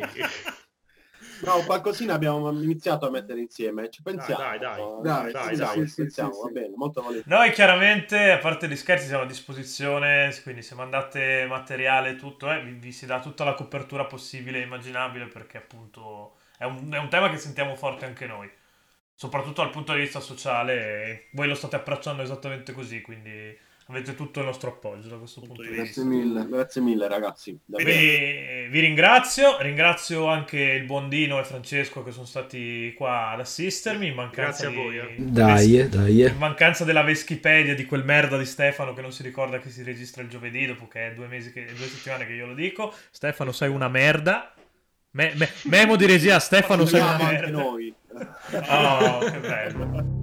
[SPEAKER 2] No, qualcosina abbiamo iniziato a mettere insieme, ci
[SPEAKER 3] Dai,
[SPEAKER 2] pensiamo.
[SPEAKER 3] dai, dai,
[SPEAKER 4] Dai,
[SPEAKER 3] dai,
[SPEAKER 2] ci
[SPEAKER 3] dai.
[SPEAKER 2] pensiamo,
[SPEAKER 4] sì,
[SPEAKER 2] ci pensiamo,
[SPEAKER 4] sì,
[SPEAKER 2] va
[SPEAKER 4] sì.
[SPEAKER 2] bene, molto volentieri.
[SPEAKER 1] Noi chiaramente, a parte gli scherzi, siamo a disposizione, quindi se mandate materiale e tutto, eh, vi, vi si dà tutta la copertura possibile e immaginabile, perché appunto è un, è un tema che sentiamo forte anche noi, soprattutto dal punto di vista sociale, e voi lo state approcciando esattamente così, quindi avete tutto il nostro appoggio da questo punto di vista.
[SPEAKER 4] Grazie mille.
[SPEAKER 2] Grazie mille ragazzi. davvero.
[SPEAKER 1] Quindi vi ringrazio, ringrazio anche il buon Dino e Francesco che sono stati qua ad assistermi in mancanza
[SPEAKER 3] Grazie a
[SPEAKER 1] di...
[SPEAKER 3] voi, eh.
[SPEAKER 5] Dai, eh, dai.
[SPEAKER 1] In mancanza della Veschipedia di quel merda di Stefano che non si ricorda che si registra il giovedì dopo che è due mesi che, due settimane che io lo dico. Stefano, sei una merda. Me- me- memo di regia, Stefano, sei una
[SPEAKER 2] Siamo anche
[SPEAKER 1] merda.
[SPEAKER 2] noi.
[SPEAKER 1] Oh, che bello.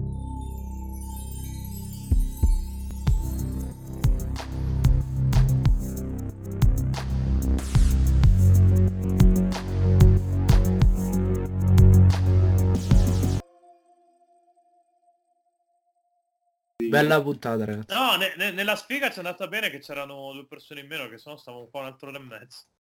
[SPEAKER 5] Bella puntata, ragazzi.
[SPEAKER 1] No, ne- ne- nella spiega ci è andata bene che c'erano due persone in meno, che sennò stavamo qua un'altra ora e mezza.